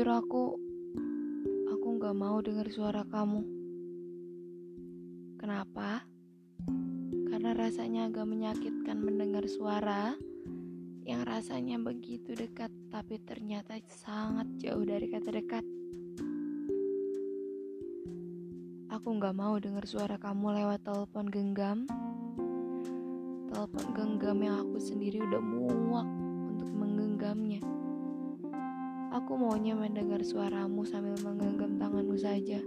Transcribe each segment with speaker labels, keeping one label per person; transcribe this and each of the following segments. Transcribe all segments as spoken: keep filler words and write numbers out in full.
Speaker 1: Jujur aku, aku gak mau dengar suara kamu. Kenapa? Karena rasanya agak menyakitkan mendengar suara yang rasanya begitu dekat, tapi ternyata sangat jauh dari kata dekat. Aku gak mau dengar suara kamu lewat telepon genggam. Telepon genggam yang aku sendiri udah muak untuk menggenggamnya. Aku maunya mendengar suaramu sambil menggenggam tanganmu saja.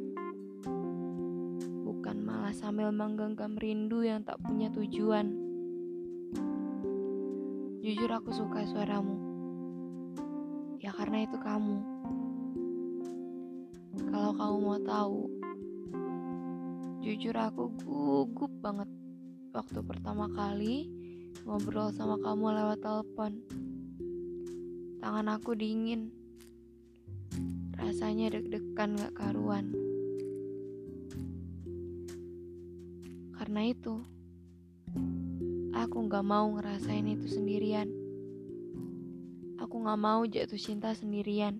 Speaker 1: Bukan malah sambil menggenggam rindu yang tak punya tujuan. Jujur aku suka suaramu. Ya karena itu kamu. Kalau kamu mau tahu, jujur aku gugup banget waktu pertama kali ngobrol sama kamu lewat telepon. Tangan aku dingin. Rasanya deg-degan gak karuan. Karena itu, aku gak mau ngerasain itu sendirian. Aku gak mau jatuh cinta sendirian.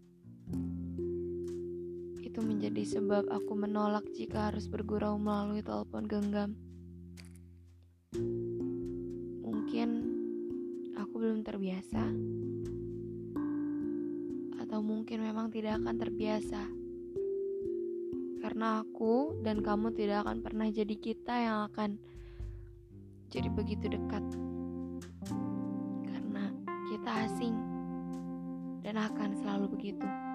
Speaker 1: Itu menjadi sebab aku menolak jika harus bergurau melalui telepon genggam. Mungkin aku belum terbiasa, atau mungkin memang tidak akan terbiasa. Karena aku dan kamu tidak akan pernah jadi kita yang akan jadi begitu dekat. Karena kita asing dan akan selalu begitu.